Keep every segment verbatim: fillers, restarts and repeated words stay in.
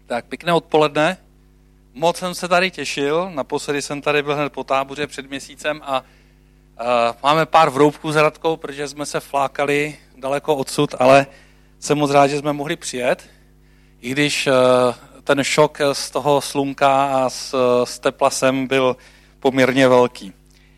Tak pěkné odpoledne. Moc jsem se tady těšil. Naposledy jsem tady byl hned po táboře před měsícem a uh, máme pár vroubků s Radkou, protože jsme se flákali daleko odsud, ale jsem moc rád, že jsme mohli přijet. I když uh, ten šok z toho slunka a z, z tepla sem byl poměrně velký.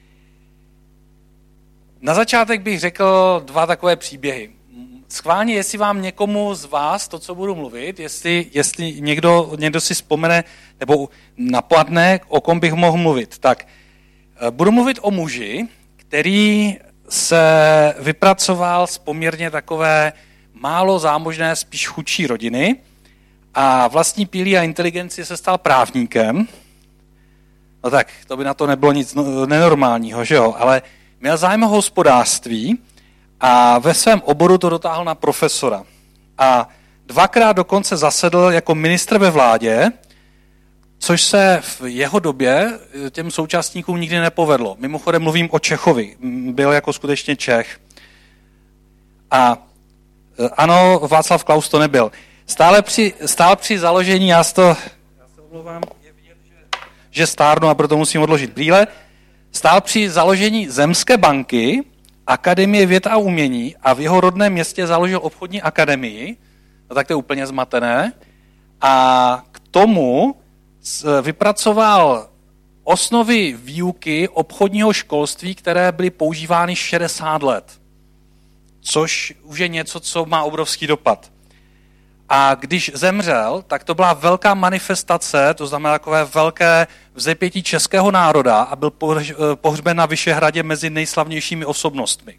Na začátek bych řekl dva takové příběhy. Schválně, jestli vám někomu z vás to, co budu mluvit, jestli, jestli někdo, někdo si vzpomene nebo napadne, o kom bych mohl mluvit, tak budu mluvit o muži, který se vypracoval z poměrně takové málo zámožné, spíš chudší rodiny a vlastní pílí a inteligenci se stal právníkem. No tak, to by na to nebylo nic nenormálního, že jo, ale měl zájem o hospodářství a ve svém oboru to dotáhl na profesora. A dvakrát dokonce zasedl jako ministr ve vládě, což se v jeho době těm současníkům nikdy nepovedlo. Mimochodem mluvím o Čechovi, byl jako skutečně Čech. A ano, Václav Klaus to nebyl. Stále při, stál při založení, já to, já se omlouvám, je vidět, že, že stárnu a proto musím odložit brýle, stál při založení Zemské banky, Akademie věd a umění a v jeho rodném městě založil obchodní akademii, no tak to je úplně zmatené, a k tomu vypracoval osnovy výuky obchodního školství, které byly používány šedesát let, což už je něco, co má obrovský dopad. A když zemřel, tak to byla velká manifestace, to znamená takové velké vzepětí českého národa a byl pohřben na Vyšehradě mezi nejslavnějšími osobnostmi.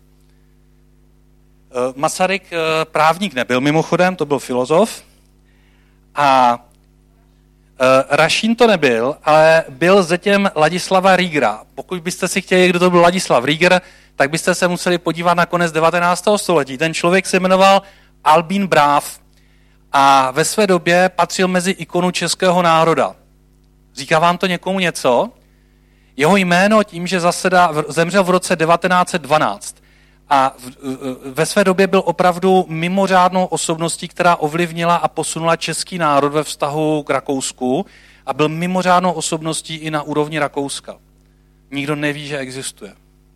Masaryk právník nebyl mimochodem, to byl filozof. A Rašín to nebyl, ale byl zetěm Ladislava Riegera. Pokud byste si chtěli, kdo to byl Ladislav Rieger, tak byste se museli podívat na konec devatenáctého století. Ten člověk se jmenoval Albín Bráv a ve své době patřil mezi ikonu českého národa. Říká vám to někomu něco? Jeho jméno tím, že zasedá, zemřel v roce devatenáct set dvanáct a v, ve své době byl opravdu mimořádnou osobností, která ovlivnila a posunula český národ ve vztahu k Rakousku a byl mimořádnou osobností i na úrovni Rakouska. Nikdo neví, že existuje.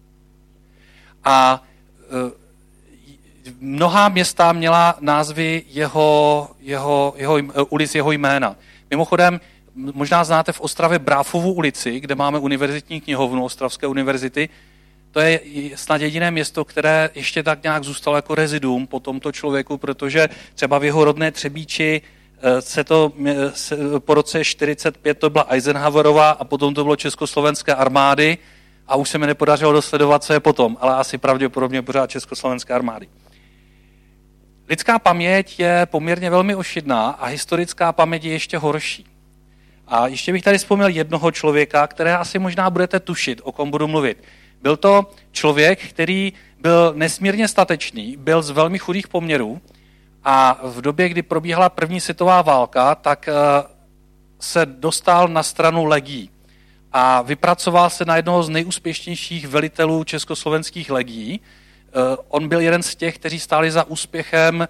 A mnohá města měla názvy jeho, jeho, jeho, ulic jeho jména. Mimochodem, možná znáte v Ostravě Bráfovu ulici, kde máme univerzitní knihovnu Ostravské univerzity. To je snad jediné město, které ještě tak nějak zůstalo jako reziduum po tomto člověku, protože třeba v jeho rodné Třebíči se to se, po roce čtyřicet pět to byla Eisenhowerova a potom to bylo Československé armády a už se mi nepodařilo dosledovat, co je potom, ale asi pravděpodobně pořád Československé armády. Lidská paměť je poměrně velmi ošidná a historická paměť je ještě horší. A ještě bych tady vzpomněl jednoho člověka, které asi možná budete tušit, o kom budu mluvit. Byl to člověk, který byl nesmírně statečný, byl z velmi chudých poměrů a v době, kdy probíhala první světová válka, tak se dostal na stranu legií a vypracoval se na jednoho z nejúspěšnějších velitelů československých legií. On byl jeden z těch, kteří stáli za úspěchem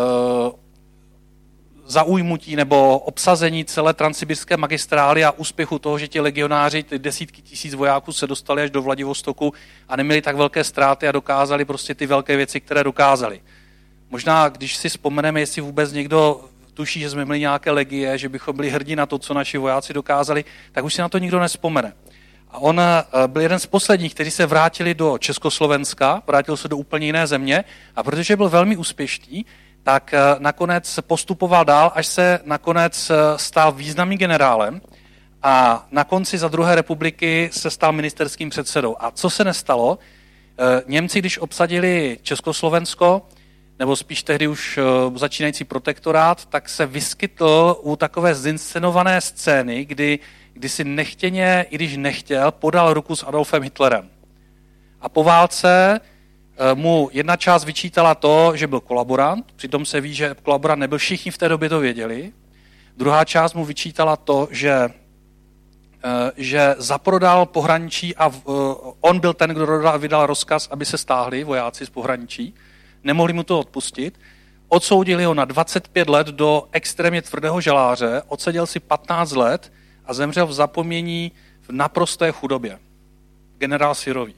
zaujmutí nebo obsazení celé transsibirské magistrály a úspěchu toho, že ti legionáři, ty desítky tisíc vojáků se dostali až do Vladivostoku a neměli tak velké ztráty a dokázali prostě ty velké věci, které dokázali. Možná, když si vzpomeneme, jestli vůbec někdo tuší, že jsme měli nějaké legie, že bychom byli hrdí na to, co naši vojáci dokázali, tak už si na to nikdo nevzpomene. A on byl jeden z posledních, kteří se vrátili do Československa, vrátil se do úplně jiné země a protože byl velmi úspěšný, tak nakonec postupoval dál, až se nakonec stal významným generálem a na konci za druhé republiky se stal ministerským předsedou. A co se nestalo? Němci, když obsadili Československo, nebo spíš tehdy už začínající protektorát, tak se vyskytl u takové zinscenované scény, kdy, kdy si nechtěně, i když nechtěl, podal ruku s Adolfem Hitlerem. A po válce mu jedna část vyčítala to, že byl kolaborant, přitom se ví, že kolaborant nebyl, všichni v té době to věděli. Druhá část mu vyčítala to, že, že zaprodal pohraničí a on byl ten, kdo vydal rozkaz, aby se stáhli vojáci z pohraničí. Nemohli mu to odpustit. odsoudili ho na dvacet pět let do extrémně tvrdého žaláře, odseděl si patnáct let a zemřel v zapomnění v naprosté chudobě. Generál Syrový.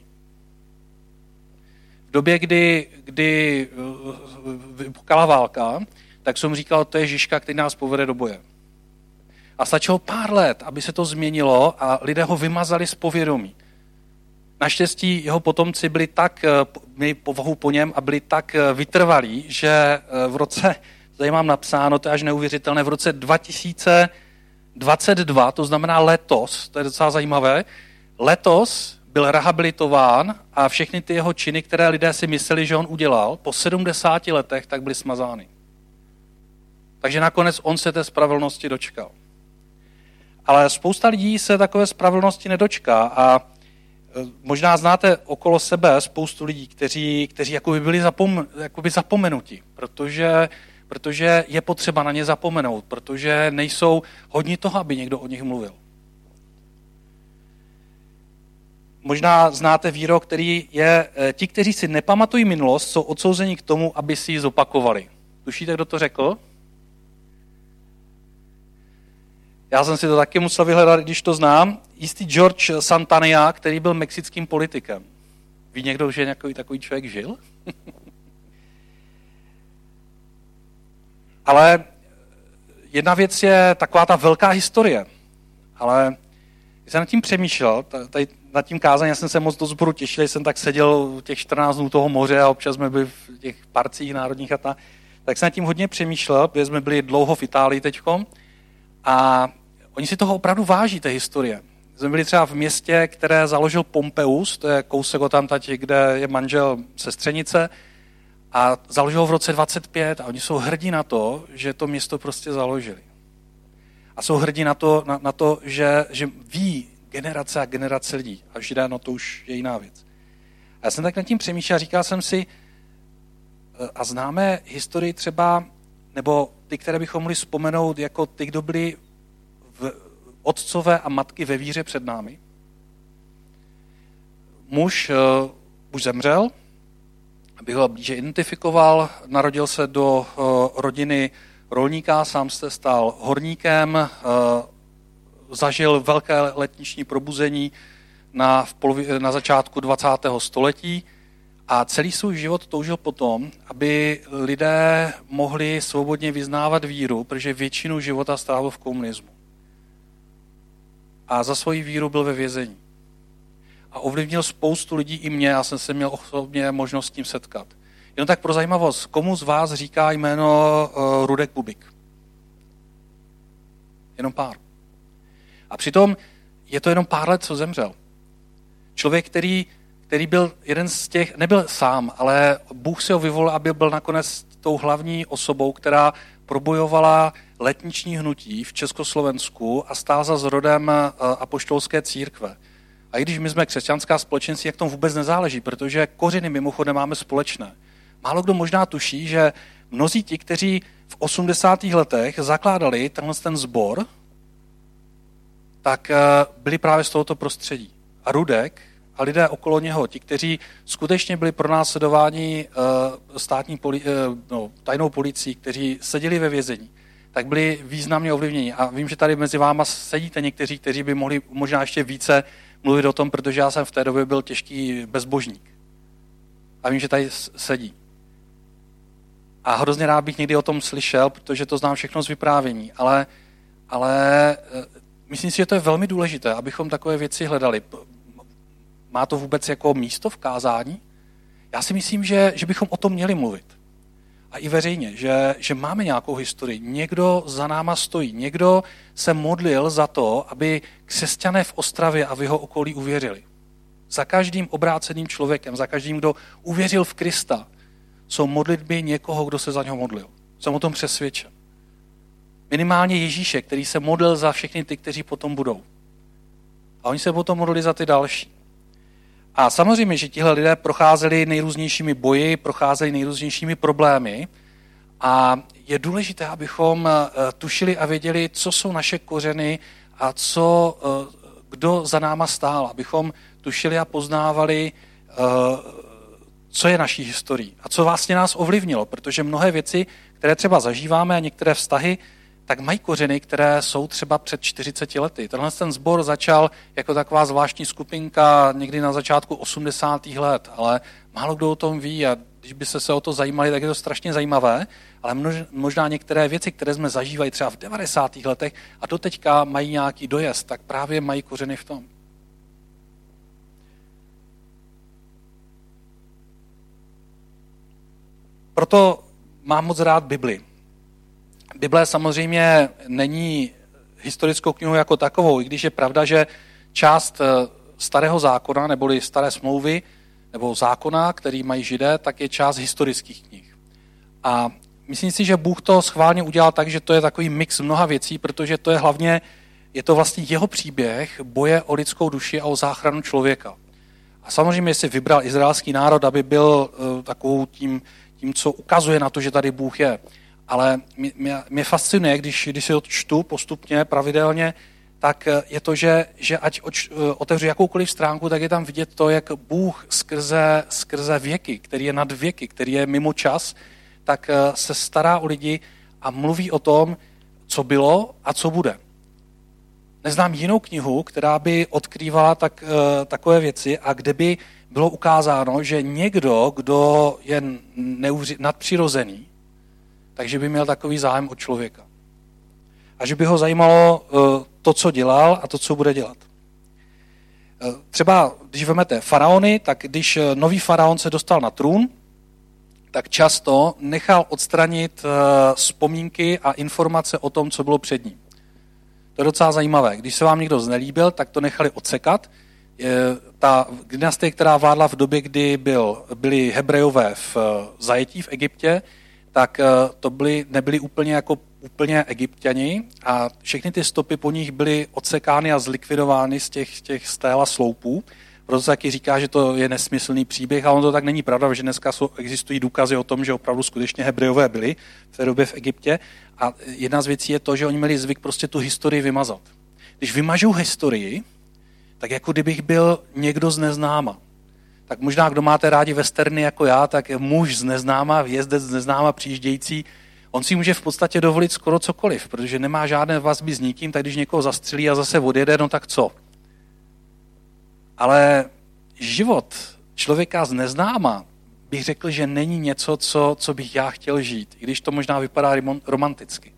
V době, kdy, kdy vypukala válka, tak jsem říkal, to je Žižka, který nás povede do boje. A stačilo pár let, aby se to změnilo a lidé ho vymazali z povědomí. Naštěstí jeho potomci byli tak, měli povahu po něm a byli tak vytrvalí, že v roce, tady mám napsáno, to je až neuvěřitelné, v roce dva tisíce dvacet dva, to znamená letos, to je docela zajímavé, letos byl rehabilitován a všechny ty jeho činy, které lidé si mysleli, že on udělal, po sedmdesáti letech, tak byly smazány. Takže nakonec on se té spravedlnosti dočkal. Ale spousta lidí se takové spravedlnosti nedočká a možná znáte okolo sebe spoustu lidí, kteří, kteří jakoby byli zapom, jakoby zapomenuti, protože, protože je potřeba na ně zapomenout, protože nejsou hodni toho, aby někdo o nich mluvil. Možná znáte výrok, který je, ti, kteří si nepamatují minulost, jsou odsouzeni k tomu, aby si ji zopakovali. Tušíte, kdo to řekl? Já jsem si to taky musel vyhledat, když to znám. Jistý George Santana, který byl mexickým politikem. Ví někdo, že nějaký takový člověk žil? Ale jedna věc je taková ta velká historie. Ale když jsem nad tím přemýšlel, tady nad tím kázáním, já jsem se moc do sboru těšil, jsem tak seděl těch čtrnáct dnů toho moře a občas jsme byli v těch parcích národních a ta, tak jsem nad tím hodně přemýšlel, protože jsme byli dlouho v Itálii teďkom. A oni si toho opravdu váží, té historie. Jsme byli třeba v městě, které založil Pompeius, to je kousek od tamtať, kde je manžel sestřenice, a založil ho v roce dvacet pět a oni jsou hrdí na to, že to město prostě založili. A jsou hrdí na to, na, na to že, že ví generace a generace lidí. A Židé, no to už je jiná věc. A já jsem tak nad tím přemýšlel a říkal jsem si, a známe historii třeba, nebo ty, které bychom mohli vzpomenout jako ty, kdo byli v otcové a matky ve víře před námi. Muž uh, už zemřel, abych ho blíže identifikoval, narodil se do uh, rodiny rolníka, sám se stal horníkem, uh, zažil velké letniční probuzení na, v polovi, na začátku dvacátého století, a celý svůj život toužil potom, aby lidé mohli svobodně vyznávat víru, protože většinu života strávil v komunismu. A za svoji víru byl ve vězení. A ovlivnil spoustu lidí i mě, já jsem se měl osobně možnost s tím setkat. Jenom tak pro zajímavost, komu z vás říká jméno uh, Rudek Bubik? Jenom pár. A přitom je to jenom pár let, co zemřel. Člověk, který který byl jeden z těch, nebyl sám, ale Bůh si ho vyvolil, aby byl nakonec tou hlavní osobou, která probojovala letniční hnutí v Československu a stál za zrodem apoštolské církve. A i když my jsme křesťanská společenství, jak tomu vůbec nezáleží, protože kořeny mimochodem máme společné. Málo kdo možná tuší, že mnozí ti, kteří v osmdesátých letech zakládali tenhle ten sbor, tak byli právě z tohoto prostředí. A Rudek a lidé okolo něho, ti, kteří skutečně byli pronásledováni uh, státní poli, uh, no, tajnou policií, kteří seděli ve vězení, tak byli významně ovlivněni. A vím, že tady mezi váma sedíte někteří, kteří by mohli možná ještě více mluvit o tom, protože já jsem v té době byl těžký bezbožník. A vím, že tady sedí. A hrozně rád bych někdy o tom slyšel, protože to znám všechno z vyprávění. Ale, ale uh, myslím si, že to je velmi důležité, abychom takové věci hledali. Má to vůbec jako místo v kázání? Já si myslím, že, že bychom o tom měli mluvit. A i veřejně, že, že máme nějakou historii. Někdo za náma stojí. Někdo se modlil za to, aby křesťané v Ostravě a v jeho okolí uvěřili. Za každým obráceným člověkem, za každým, kdo uvěřil v Krista, jsou modlitby někoho, kdo se za něho modlil. Jsem o tom přesvědčen. Minimálně Ježíše, který se modlil za všechny ty, kteří potom budou. A oni se potom modlili za ty další. A samozřejmě, že tihle lidé procházeli nejrůznějšími boji, procházeli nejrůznějšími problémy a je důležité, abychom tušili a věděli, co jsou naše kořeny a co, kdo za náma stál, abychom tušili a poznávali co je naší historií a co vlastně nás ovlivnilo, protože mnohé věci, které třeba zažíváme a některé vztahy, tak mají kořeny, které jsou třeba před čtyřiceti lety. Tenhle ten sbor začal jako taková zvláštní skupinka někdy na začátku osmdesátých let, ale málo kdo o tom ví a když byste se o to zajímali, tak je to strašně zajímavé, ale možná některé věci, které jsme zažívali třeba v devadesátých letech a doteďka mají nějaký dojezd, tak právě mají kořeny v tom. Proto mám moc rád Bibli. Bible samozřejmě není historickou knihou jako takovou, i když je pravda, že část starého zákona, neboli staré smlouvy, nebo zákona, který mají Židé, tak je část historických knih. A myslím si, že Bůh to schválně udělal tak, že to je takový mix mnoha věcí, protože to je hlavně, je to vlastně jeho příběh boje o lidskou duši a o záchranu člověka. A samozřejmě si vybral izraelský národ, aby byl uh, takovou tím, tím, co ukazuje na to, že tady Bůh je. Ale mě, mě, mě fascinuje, když, když si to čtu postupně, pravidelně, tak je to, že, že ať oč, otevřu jakoukoliv stránku, tak je tam vidět to, jak Bůh skrze, skrze věky, který je nad věky, který je mimo čas, tak se stará o lidi a mluví o tom, co bylo a co bude. Neznám jinou knihu, která by odkrývala tak, takové věci a kde by bylo ukázáno, že někdo, kdo je neuři, nadpřirozený, takže by měl takový zájem o člověka. A že by ho zajímalo to, co dělal a to, co bude dělat. Třeba, když vezmete faraony, tak když nový faraon se dostal na trůn, tak často nechal odstranit vzpomínky a informace o tom, co bylo před ním. To je docela zajímavé. Když se vám někdo znelíbil, tak to nechali odsekat. Ta dynastie, která vládla v době, kdy byl, byli Hebrejové v zajetí v Egyptě, tak to byli, nebyli úplně jako úplně Egypťani a všechny ty stopy po nich byly odsekány a zlikvidovány z těch, těch stél a sloupů. Proto se taky říká, že to je nesmyslný příběh, ale on to tak není pravda, že dneska jsou, existují důkazy o tom, že opravdu skutečně Hebrejové byli v té době v Egyptě. A jedna z věcí je to, že oni měli zvyk prostě tu historii vymazat. Když vymažou historii, tak jako kdybych byl někdo z neznáma. Tak možná, kdo máte rádi westerny jako já, tak muž z neznáma, jezdec z neznáma, přijíždějící, on si může v podstatě dovolit skoro cokoliv, protože nemá žádné vazby s nikým, tak když někoho zastřelí a zase odjede, no tak co? Ale život člověka z neznáma bych řekl, že není něco, co, co bych já chtěl žít, i když to možná vypadá romanticky.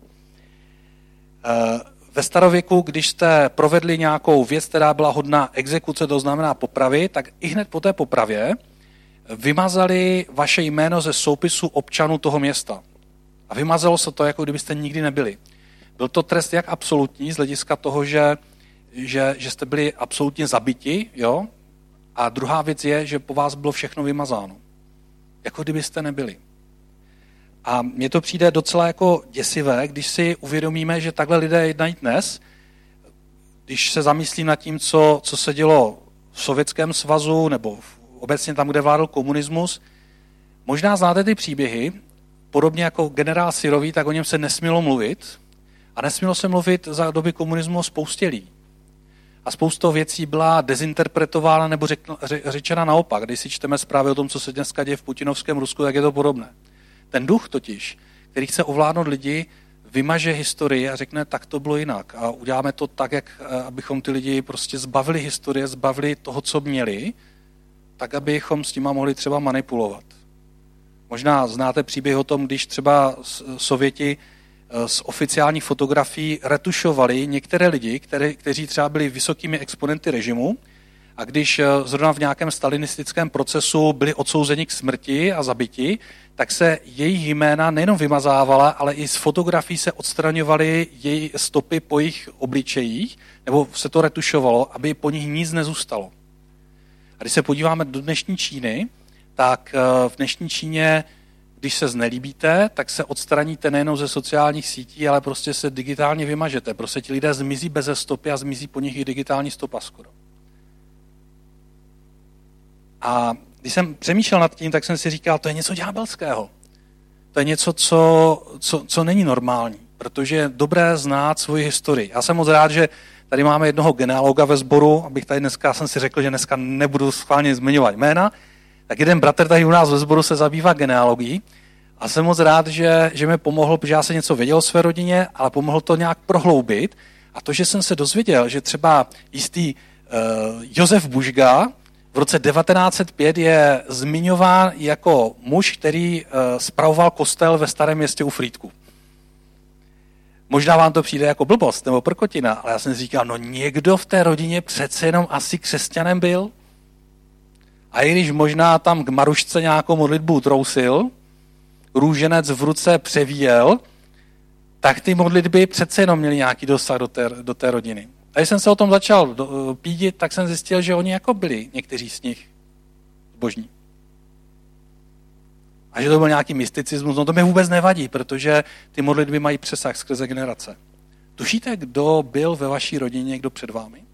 Ve starověku, když jste provedli nějakou věc, která byla hodná exekuce, to znamená popravy, tak i hned po té popravě vymazali vaše jméno ze soupisu občanů toho města. A vymazalo se to, jako kdybyste nikdy nebyli. Byl to trest jak absolutní, z hlediska toho, že, že, že jste byli absolutně zabiti, jo? A druhá věc je, že po vás bylo všechno vymazáno. Jako kdybyste nebyli. A mně to přijde docela jako děsivé, když si uvědomíme, že takhle lidé jednají dnes, když se zamyslím nad tím, co, co se dělo v Sovětském svazu nebo obecně tam, kde vládl komunismus. Možná znáte ty příběhy, podobně jako generál Syrový, tak o něm se nesmělo mluvit a nesmělo se mluvit za doby komunismu o spoustě lidí. A spousta věcí byla dezinterpretována nebo řečena naopak. Když si čteme zprávy o tom, co se dneska děje v putinovském Rusku, tak je to podobné. Ten duch totiž, který chce ovládnout lidi, vymaže historii a řekne, tak to bylo jinak. A uděláme to tak, jak, abychom ty lidi prostě zbavili historie, zbavili toho, co měli, tak, abychom s nima mohli třeba manipulovat. Možná znáte příběh o tom, když třeba Sověti z oficiálních fotografií retušovali některé lidi, které, kteří třeba byli vysokými exponenty režimu, a když zrovna v nějakém stalinistickém procesu byli odsouzeni k smrti a zabiti, tak se jejich jména nejenom vymazávala, ale i z fotografií se odstraňovaly její stopy po jejich obličejích, nebo se to retušovalo, aby po nich nic nezůstalo. A když se podíváme do dnešní Číny, tak v dnešní Číně, když se znelíbíte, tak se odstraníte nejenom ze sociálních sítí, ale prostě se digitálně vymažete. Prostě ti lidé zmizí beze stopy a zmizí po nich i digitální stopa skoro. A když jsem přemýšlel nad tím, tak jsem si říkal, to je něco ďábelského. To je něco, co, co, co není normální, protože je dobré znát svoji historii. Já jsem moc rád, že tady máme jednoho genealoga ve sboru, abych tady dneska, jsem si řekl, že dneska nebudu schválně zmiňovat jména, tak jeden bratr tady u nás ve sboru se zabývá genealogií a jsem moc rád, že, že mi pomohl, protože já jsem něco věděl o své rodině, ale pomohl to nějak prohloubit. A to, že jsem se dozvěděl, že třeba jistý uh, Josef Bužga v roce devatenáct set pět je zmiňován jako muž, který uh, spravoval kostel ve Starém Městě u Frýdku. Možná vám to přijde jako blbost nebo prkotina, ale já jsem si říkal, no někdo v té rodině přece jenom asi křesťanem byl. A i když možná tam k Marušce nějakou modlitbu trousil, růženec v ruce převíjel, tak ty modlitby přece jenom měly nějaký dosah do té, do té rodiny. A když jsem se o tom začal do, pídit, tak jsem zjistil, že oni jako byli, někteří z nich, zbožní. A že to byl nějaký mysticismus, no to mi vůbec nevadí, protože ty modlitby mají přesah skrze generace. Tušíte, kdo byl ve vaší rodině, kdo před vámi?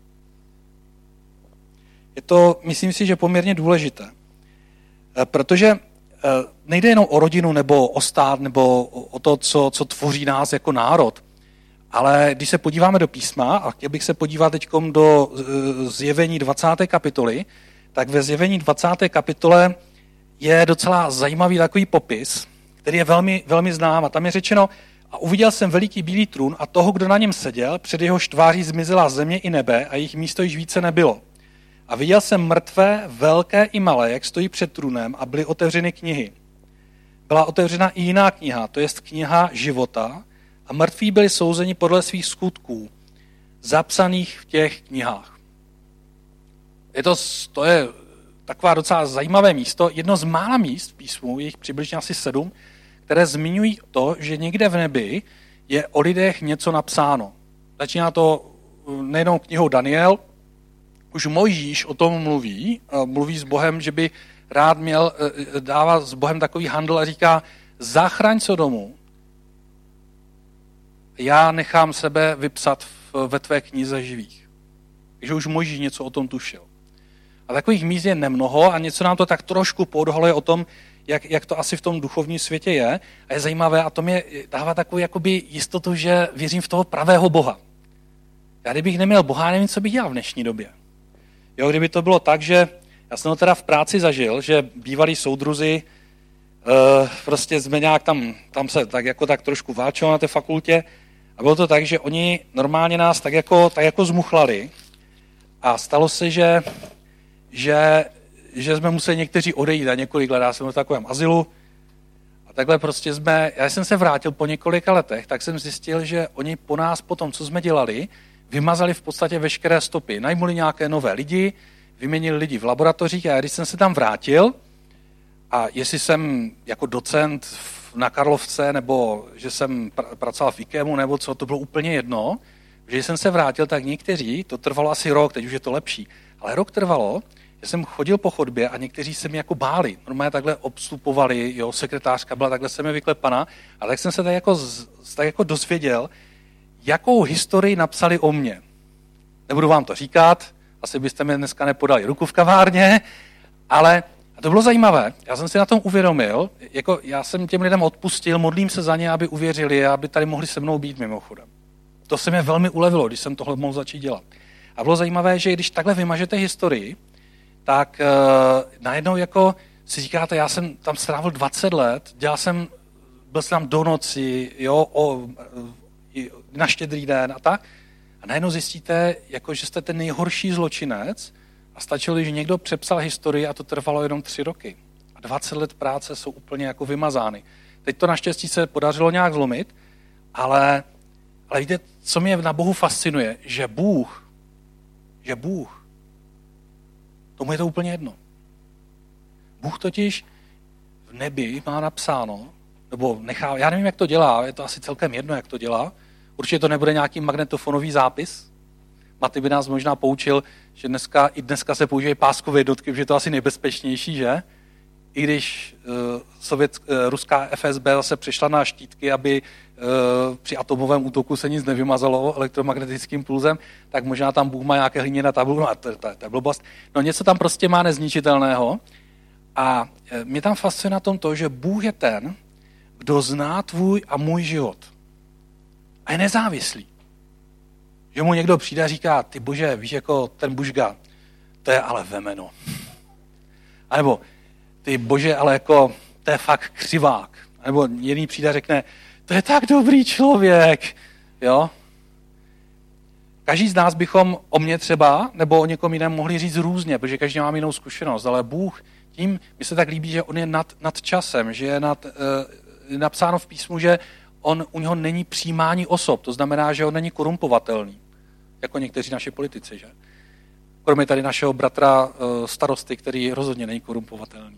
Je to, myslím si, že poměrně důležité. Protože nejde jenom o rodinu nebo o stát nebo o to, co, co tvoří nás jako národ, ale když se podíváme do písma, a chtěl bych se podívat teď do Zjevení dvacáté kapitoly, tak ve Zjevení dvacáté kapitole je docela zajímavý takový popis, který je velmi, velmi znám. A tam je řečeno, a uviděl jsem veliký bílý trůn a toho, kdo na něm seděl, před jehož tváří zmizela země i nebe a jejich místo již více nebylo. A viděl jsem mrtvé, velké i malé, jak stojí před trůnem a byly otevřeny knihy. Byla otevřena i jiná kniha, to jest kniha života, a mrtví byli souzeni podle svých skutků, zapsaných v těch knihách. Je to, to je taková docela zajímavé místo, jedno z mála míst v písmu, je jich přibližně asi sedm, které zmiňují to, že někde v nebi je o lidech něco napsáno. Začíná to nejenom knihou Daniel, už Mojžíš o tom mluví, mluví s Bohem, že by rád měl, dává s Bohem takový handl a říká, zachraň Sodomu, já nechám sebe vypsat ve tvé knize živých. Takže už Mojžíš něco o tom tušil. A takových míst je nemnoho a něco nám to tak trošku podholuje o tom, jak, jak to asi v tom duchovním světě je. A je zajímavé a to mě dává takovou jakoby jistotu, že věřím v toho pravého Boha. Já kdybych neměl Boha, nevím, co bych dělal v dnešní době. Jo, kdyby to bylo tak, že já jsem to teda v práci zažil, že bývalí soudruzi, uh, prostě jsme nějak tam, tam se tak jako tak trošku válčilo na té fakultě a bylo to tak, že oni normálně nás tak jako, tak jako zmuchlali a stalo se, že, že, že jsme museli někteří odejít a několik let, já jsem v takovém azylu a takhle prostě jsme, já jsem se vrátil po několika letech, tak jsem zjistil, že oni po nás, po tom, co jsme dělali, vymazali v podstatě veškeré stopy. Najmuli nějaké nové lidi, vyměnili lidi v laboratořích a když jsem se tam vrátil a jestli jsem jako docent na Karlovce nebo že jsem pr- pracoval v IKEMu nebo co, to bylo úplně jedno. Když jsem se vrátil, tak někteří, to trvalo asi rok, teď už je to lepší, ale rok trvalo, že jsem chodil po chodbě a někteří se mi jako báli. Normálně takhle obstupovali, jo, sekretářka byla takhle se mi vyklepaná a tak jsem se tak jako, tak jako dozvěděl, jakou historii napsali o mně. Nebudu vám to říkat, asi byste mi dneska nepodali ruku v kavárně, ale a to bylo zajímavé. Já jsem si na tom uvědomil, jako já jsem těm lidem odpustil, modlím se za ně, aby uvěřili a aby tady mohli se mnou být mimochodem. To se mě velmi ulevilo, když jsem tohle mohl začít dělat. A bylo zajímavé, že když takhle vymažete historii, tak uh, najednou jako si říkáte, já jsem tam strávil dvacet let, dělal jsem, byl jsem tam do noci, jo, o, na Štědrý den a tak. A najednou zjistíte, jako, že jste ten nejhorší zločinec a stačilo, že někdo přepsal historii a to trvalo jenom tři roky. A dvacet let práce jsou úplně jako vymazány. Teď to naštěstí se podařilo nějak zlomit, ale, ale víte, co mě na Bohu fascinuje, že Bůh, že Bůh, tomu je to úplně jedno. Bůh totiž v nebi má napsáno, nebo nechá, já nevím, jak to dělá, je to asi celkem jedno, jak to dělá. Určitě to nebude nějaký magnetofonový zápis. Maty by nás možná poučil, že dneska, i dneska se používají páskové jednotky, že je to asi nejbezpečnější, že? I když uh, sovět, uh, ruská F S B zase přešla na štítky, aby uh, při atomovém útoku se nic nevymazalo elektromagnetickým pulzem, tak možná tam Bůh má nějaké hliněné tabulu, no a to, to, to je blbost. No něco tam prostě má nezničitelného. A uh, mě tam fascinuje na tom to, že Bůh je ten, kdo zná tvůj a můj život. A je nezávislý. Že mu někdo přijde a říká, ty bože, víš, jako ten Bužga, to je ale vemeno. A nebo ty bože, ale jako to je fakt křivák. Nebo jiný přijde a řekne, to je tak dobrý člověk. Jo? Každý z nás bychom o mě třeba, nebo o někom jiném mohli říct různě, protože každý má jinou zkušenost, ale Bůh tím, mi se tak líbí, že on je nad, nad časem, že je nad, e, napsáno v písmu, že on, u něho není přijímání osob, to znamená, že on není korumpovatelný, jako někteří naši politici, že? Kromě tady našeho bratra e, starosty, který rozhodně není korumpovatelný.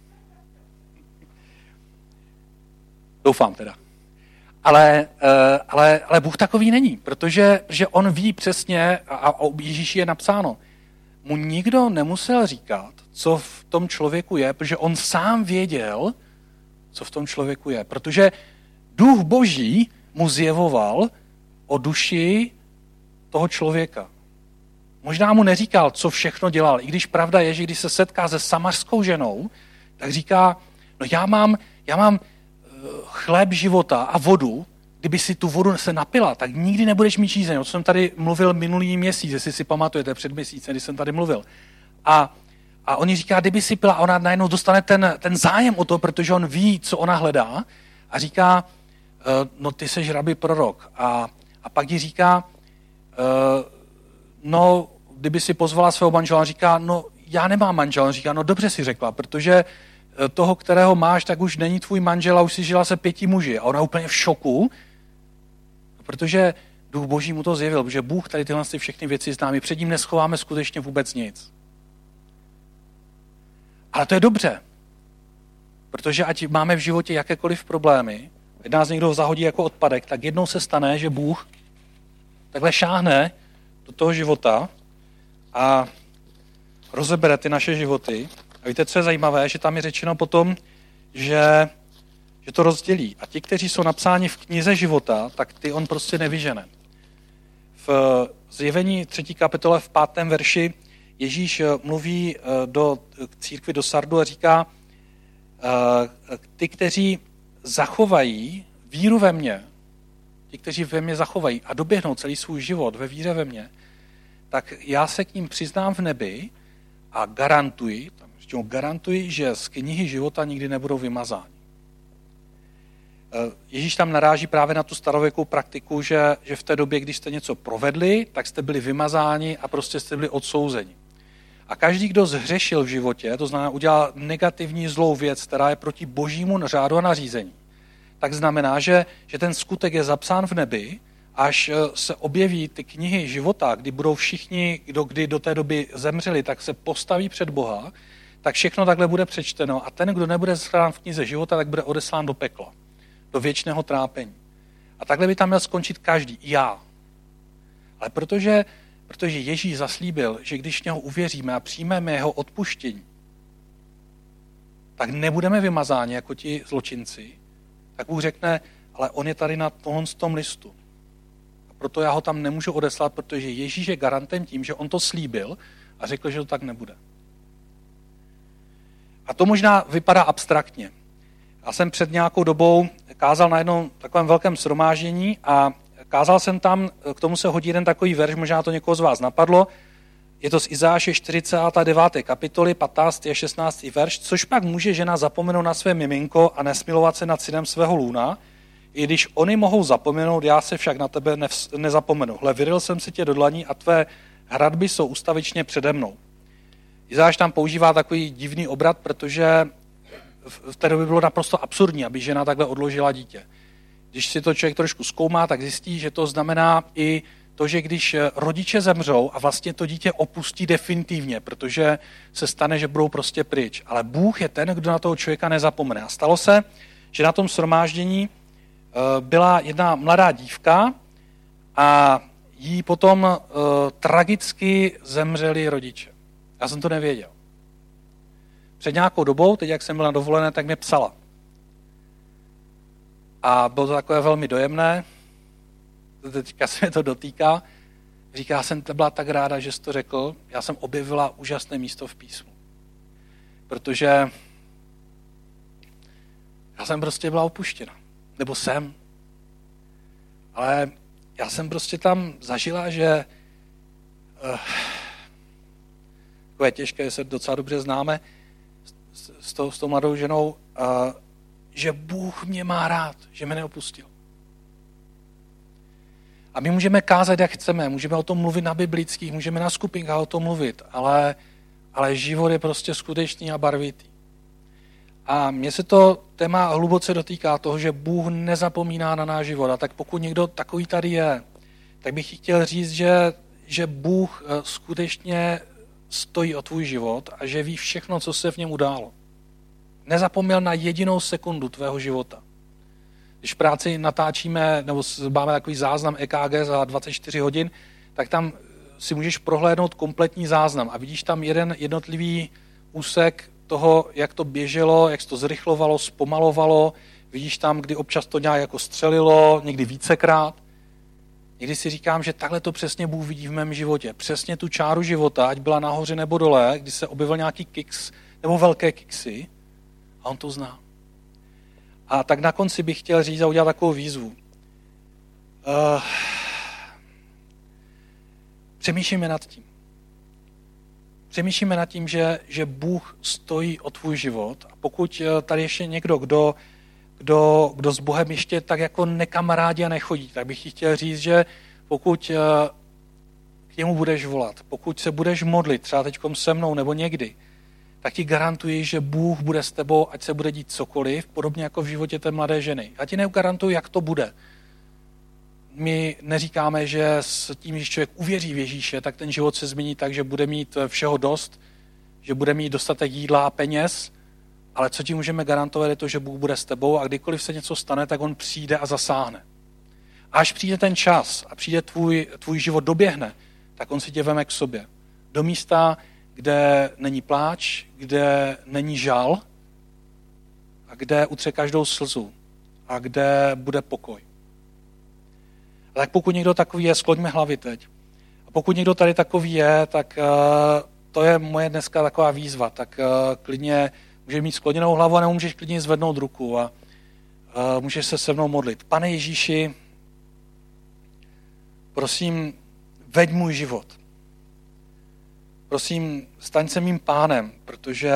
Doufám teda. Ale, ale, ale Bůh takový není, protože že on ví přesně, a o Ježíši je napsáno, mu nikdo nemusel říkat, co v tom člověku je, protože on sám věděl, co v tom člověku je. Protože Duch Boží mu zjevoval o duši toho člověka. Možná mu neříkal, co všechno dělal, i když pravda je, že když se setká se samařskou ženou, tak říká, no já mám, já mám chléb života a vodu, kdyby si tu vodu se napila, tak nikdy nebudeš mít žízeň. O co jsem tady mluvil minulý měsíc, jestli si pamatujete, před měsícem, když jsem tady mluvil. A, a on jí říká, kdyby si pila, a ona najednou dostane ten, ten zájem o to, protože on ví, co ona hledá, a říká, no ty seš rabí prorok. A, a pak jí říká, no, kdyby si pozvala svého manžela, on říká, no já nemám manžela. On říká, no dobře si řekla, protože toho, kterého máš, tak už není tvůj manžel a už si žila se pěti muži. A ona úplně v šoku, protože Duch Boží mu to zjevil, protože Bůh tady tyhle všechny věci zná. My před ním neschováme skutečně vůbec nic. Ale to je dobře, protože ať máme v životě jakékoliv problémy, ať nás někdo zahodí jako odpadek, tak jednou se stane, že Bůh takhle šáhne do toho života a rozebere ty naše životy. A víte, co je zajímavé, že tam je řečeno potom, že, že to rozdělí. A ti, kteří jsou napsáni v knize života, tak ty on prostě nevyžene. V Zjevení třetí kapitole v pátém verši Ježíš mluví do církvi do Sardu a říká, ty, kteří zachovají víru ve mně, ti, kteří ve mně zachovají a doběhnou celý svůj život ve víře ve mně, tak já se k ním přiznám v nebi a garantuji, tam garantuji, že z knihy života nikdy nebudou vymazáni. Ježíš tam naráží právě na tu starověkou praktiku, že, že v té době, když jste něco provedli, tak jste byli vymazáni a prostě jste byli odsouzeni. A každý, kdo zhřešil v životě, to znamená udělal negativní zlou věc, která je proti božímu řádu a nařízení, tak znamená, že, že ten skutek je zapsán v nebi, až se objeví ty knihy života, kdy budou všichni, kdo kdy do té doby zemřeli, tak se postaví před Boha, tak všechno takhle bude přečteno a ten, kdo nebude schrán v knize života, tak bude odeslán do pekla, do věčného trápení. A takhle by tam měl skončit každý, i já. Ale protože, protože Ježíš zaslíbil, že když v něho uvěříme a přijmeme jeho odpuštění, tak nebudeme vymazáni jako ti zločinci, tak Bůh řekne, ale on je tady na tohle tom listu. A proto já ho tam nemůžu odeslat, protože Ježíš je garantem tím, že on to slíbil a řekl, že to tak nebude. A to možná vypadá abstraktně. Já jsem před nějakou dobou kázal na jednom takovém velkém shromáždění a kázal jsem tam, k tomu se hodí jeden takový verš, možná to někoho z vás napadlo, je to z Izáše čtyřicáté deváté kapitoly, patnáctý a šestnáctý verš, což pak může žena zapomenout na své miminko a nesmilovat se nad synem svého lůna, i když oni mohou zapomenout, já se však na tebe nevz, nezapomenu. Hle, vyril jsem si tě do dlaní a tvé hradby jsou ustavičně přede mnou. Izáš tam používá takový divný obrat, protože v té době bylo naprosto absurdní, aby žena takhle odložila dítě. Když si to člověk trošku zkoumá, tak zjistí, že to znamená i to, že když rodiče zemřou a vlastně to dítě opustí definitivně, protože se stane, že budou prostě pryč. Ale Bůh je ten, kdo na toho člověka nezapomene. A stalo se, že na tom shromáždění byla jedna mladá dívka a jí potom uh, tragicky zemřeli rodiče. Já jsem to nevěděl. Před nějakou dobou, teď jak jsem byl na dovolené, tak mě psala. A bylo to takové velmi dojemné. Teďka se mě to dotýká. Říká, já jsem byla tak ráda, že jsi to řekl. Já jsem objevila úžasné místo v písmu. Protože já jsem prostě byla opuštěna. Nebo jsem. Ale já jsem prostě tam zažila, že uh, takové těžké, že se docela dobře známe, s tou, s tou mladou ženou, uh, že Bůh mě má rád, že mě neopustil. A my můžeme kázat, jak chceme, můžeme o tom mluvit na biblických, můžeme na skupinkách o tom mluvit, ale, ale život je prostě skutečný a barvitý. A mně se to téma hluboce dotýká toho, že Bůh nezapomíná na náš život. A tak pokud někdo takový tady je, tak bych chtěl říct, že, že Bůh skutečně stojí o tvůj život a že ví všechno, co se v něm událo. Nezapomněl na jedinou sekundu tvého života. Když v práci natáčíme, nebo máme takový záznam E K G za dvacet čtyři hodin, tak tam si můžeš prohlédnout kompletní záznam a vidíš tam jeden jednotlivý úsek toho, jak to běželo, jak se to zrychlovalo, zpomalovalo, vidíš tam, kdy občas to nějak jako střelilo, někdy vícekrát. Někdy si říkám, že takhle to přesně Bůh vidí v mém životě. Přesně tu čáru života, ať byla nahoře nebo dole, kdy se objevil nějaký kiks nebo velké kiksy a on to zná. A tak na konci bych chtěl říct a udělat takovou výzvu. Uh, přemýšlíme nad tím. Přemýšlíme nad tím, že, že Bůh stojí o tvůj život. A pokud tady ještě někdo, kdo, kdo, kdo s Bohem ještě tak jako nekamarádí a nechodí, tak bych ti chtěl říct, že pokud k němu budeš volat, pokud se budeš modlit, třeba teďkom se mnou nebo někdy, tak ti garantuji, že Bůh bude s tebou, ať se bude dít cokoliv, podobně jako v životě té mladé ženy. Já ti negarantuji, jak to bude. My neříkáme, že s tím, když člověk uvěří v Ježíše, tak ten život se změní tak, že bude mít všeho dost, že bude mít dostatek jídla a peněz, ale co ti můžeme garantovat je to, že Bůh bude s tebou a kdykoliv se něco stane, tak on přijde a zasáhne. A až přijde ten čas a přijde tvůj, tvůj život doběhne, tak on si tě veme k sobě. Do místa, kde není pláč, kde není žal a kde utře každou slzu a kde bude pokoj. A tak pokud někdo takový je, skloňme hlavy teď. A pokud někdo tady takový je, tak uh, to je moje dneska taková výzva. Tak uh, klidně můžeš mít skloněnou hlavu a nebo můžeš klidně zvednout ruku a uh, můžeš se se mnou modlit. Pane Ježíši, prosím, veď můj život. Prosím, staň se mým pánem, protože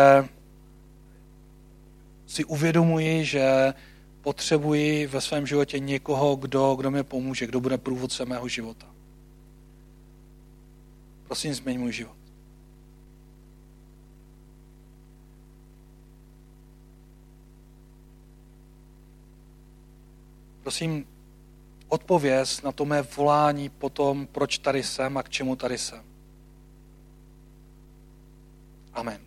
si uvědomuji, že potřebuji ve svém životě někoho, kdo, kdo mi pomůže, kdo bude průvodcem mého života. Prosím, změň můj život. Prosím, odpověz na to mé volání po tom, proč tady jsem a k čemu tady jsem. Amen.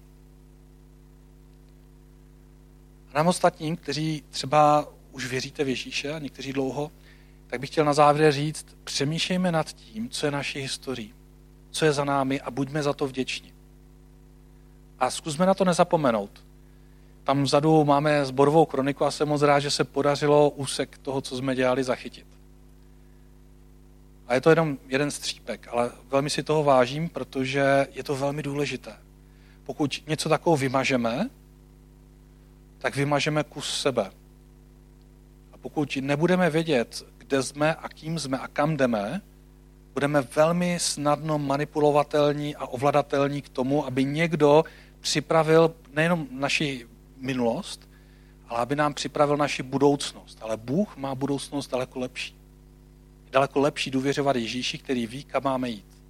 A nám ostatním, kteří třeba už věříte v Ježíše a někteří dlouho, tak bych chtěl na závěr říct, přemýšlejme nad tím, co je naší historií, co je za námi a buďme za to vděční. A zkusme na to nezapomenout. Tam vzadu máme sborovou kroniku a jsem moc rád, že se podařilo úsek toho, co jsme dělali, zachytit. A je to jenom jeden střípek, ale velmi si toho vážím, protože je to velmi důležité. Pokud něco takového vymažeme, tak vymažeme kus sebe. A pokud nebudeme vědět, kde jsme a kým jsme a kam jdeme, budeme velmi snadno manipulovatelní a ovladatelní k tomu, aby někdo připravil nejenom naši minulost, ale aby nám připravil naši budoucnost. Ale Bůh má budoucnost daleko lepší. Je daleko lepší důvěřovat Ježíši, který ví, kam máme jít.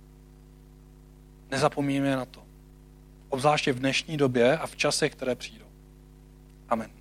Nezapomínejme na to. Obzvláště v dnešní době a v časech, které přijdou. Amen.